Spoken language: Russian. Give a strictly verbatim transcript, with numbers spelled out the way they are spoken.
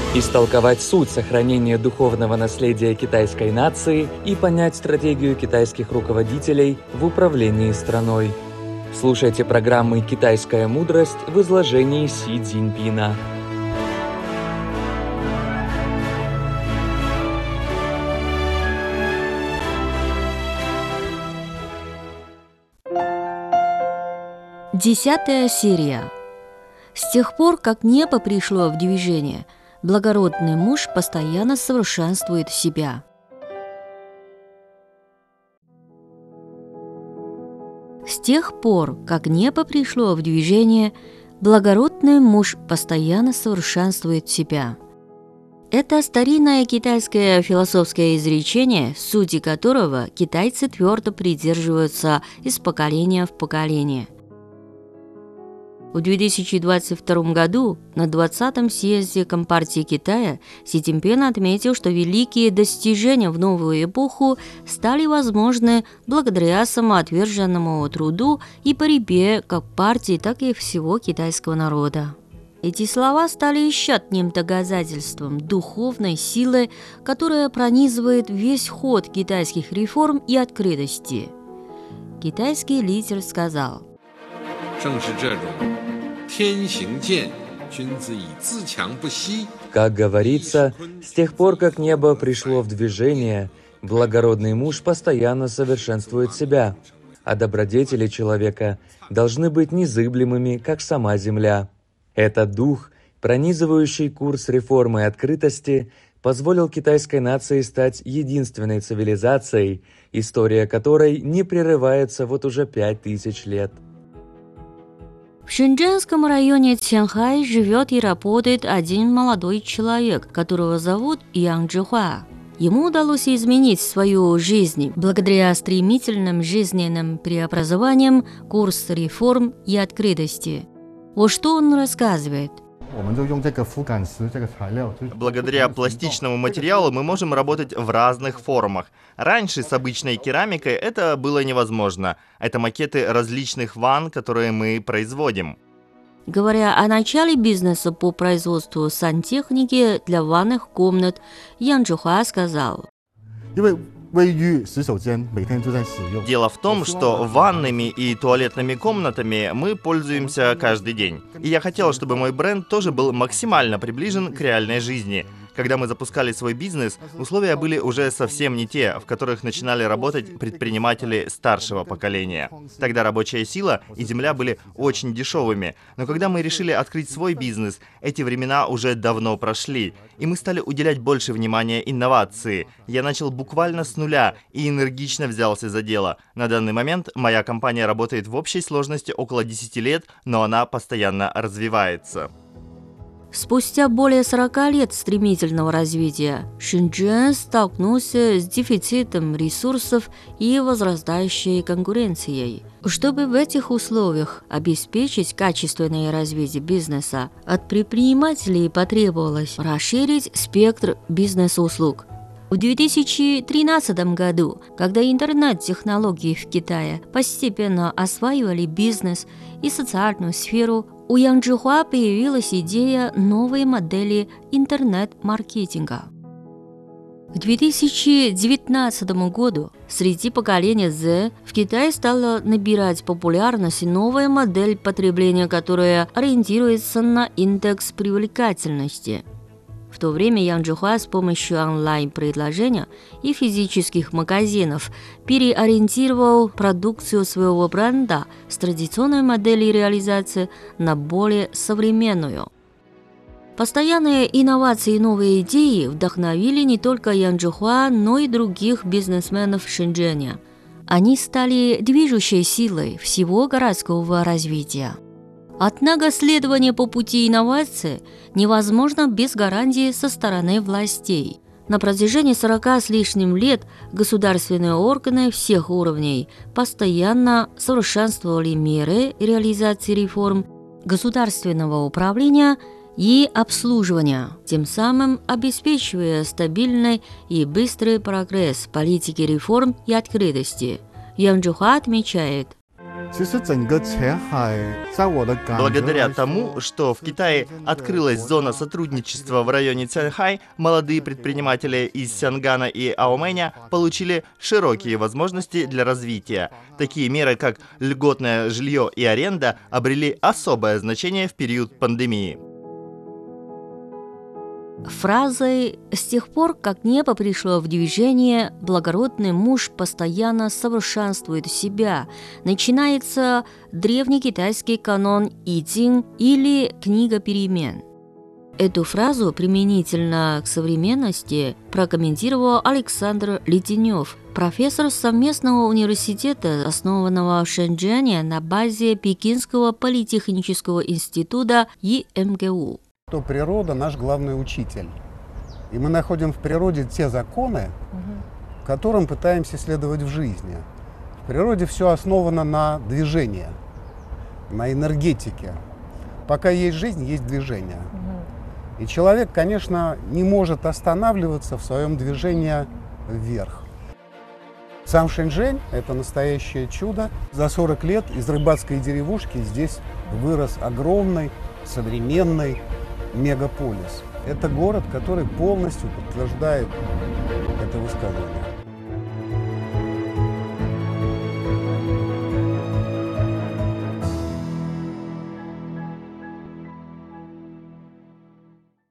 Истолковать суть сохранения духовного наследия китайской нации и понять стратегию китайских руководителей в управлении страной. Слушайте программы «Китайская мудрость» в изложении Си Цзиньпина. Десятая серия. С тех пор, как небо пришло в движение, благородный муж постоянно совершенствует себя. С тех пор, как небо пришло в движение, благородный муж постоянно совершенствует себя. Это старинное китайское философское изречение, сути которого китайцы твердо придерживаются из поколения в поколение. В две тысячи двадцать втором году на двадцатом съезде Компартии Китая Си Цзиньпин отметил, что великие достижения в новую эпоху стали возможны благодаря самоотверженному труду и борьбе как партии, так и всего китайского народа. Эти слова стали еще одним доказательством духовной силы, которая пронизывает весь ход китайских реформ и открытости. Китайский лидер сказал: как говорится, с тех пор, как небо пришло в движение, благородный муж постоянно совершенствует себя, а добродетели человека должны быть незыблемыми, как сама земля. Этот дух, пронизывающий курс реформы и открытости, позволил китайской нации стать единственной цивилизацией, история которой не прерывается вот уже пять тысяч лет. В Шэньчжэнском районе Цянхай живет и работает один молодой человек, которого зовут Ян Чжихуа. Ему удалось изменить свою жизнь благодаря стремительным жизненным преобразованиям, курс реформ и открытости. Вот что он рассказывает. Благодаря пластичному материалу мы можем работать в разных формах. Раньше с обычной керамикой это было невозможно. Это макеты различных ванн, которые мы производим. Говоря о начале бизнеса по производству сантехники для ванных комнат, Ян Чжихуа сказал: дело в том, что ванными и туалетными комнатами мы пользуемся каждый день. И я хотел, чтобы мой бренд тоже был максимально приближен к реальной жизни. Когда мы запускали свой бизнес, условия были уже совсем не те, в которых начинали работать предприниматели старшего поколения. Тогда рабочая сила и земля были очень дешевыми. Но когда мы решили открыть свой бизнес, эти времена уже давно прошли. И мы стали уделять больше внимания инновации. Я начал буквально с нуля и энергично взялся за дело. На данный момент моя компания работает в общей сложности около десяти лет, но она постоянно развивается. Спустя более сорока лет стремительного развития, Шэньчжэнь столкнулся с дефицитом ресурсов и возрастающей конкуренцией. Чтобы в этих условиях обеспечить качественное развитие бизнеса, от предпринимателей потребовалось расширить спектр бизнес-услуг. В две тысячи тринадцатом году, когда интернет-технологии в Китае постепенно осваивали бизнес и социальную сферу, у Ян Чжихуа появилась идея новой модели интернет-маркетинга. К две тысячи девятнадцатому году среди поколения Z в Китае стала набирать популярность новая модель потребления, которая ориентируется на индекс привлекательности. В то время Ян Чжихуа с помощью онлайн-предложения и физических магазинов переориентировал продукцию своего бренда с традиционной модели реализации на более современную. Постоянные инновации и новые идеи вдохновили не только Ян Чжихуа, но и других бизнесменов Шэньчжэня. Они стали движущей силой всего городского развития. Однако следование по пути инноваций невозможно без гарантии со стороны властей. На протяжении сорока с лишним лет государственные органы всех уровней постоянно совершенствовали меры реализации реформ государственного управления и обслуживания, тем самым обеспечивая стабильный и быстрый прогресс политики реформ и открытости. Ян Чжихуа отмечает: Благодаря тому, что в Китае открылась зона сотрудничества в районе Цянхай, молодые предприниматели из Сянгана и Аоменя получили широкие возможности для развития. Такие меры, как льготное жилье и аренда, обрели особое значение в период пандемии. Фразой «с тех пор, как небо пришло в движение, благородный муж постоянно совершенствует себя» начинается древний китайский канон «Идзин» или «Книга перемен». Эту фразу применительно к современности прокомментировал Александр Леденев, профессор совместного университета, основанного в Шэньчжэне на базе Пекинского политехнического института и эм гэ у. То природа наш главный учитель. И мы находим в природе те законы, угу. которым пытаемся следовать в жизни. В природе все основано на движении, на энергетике. Пока есть жизнь, есть движение. Угу. И человек, конечно, не может останавливаться в своем движении вверх. Сам Шэньчжэнь – это настоящее чудо. За сорок лет из рыбацкой деревушки здесь вырос огромный, современный мегаполис. Это город, который полностью подтверждает это высказывание.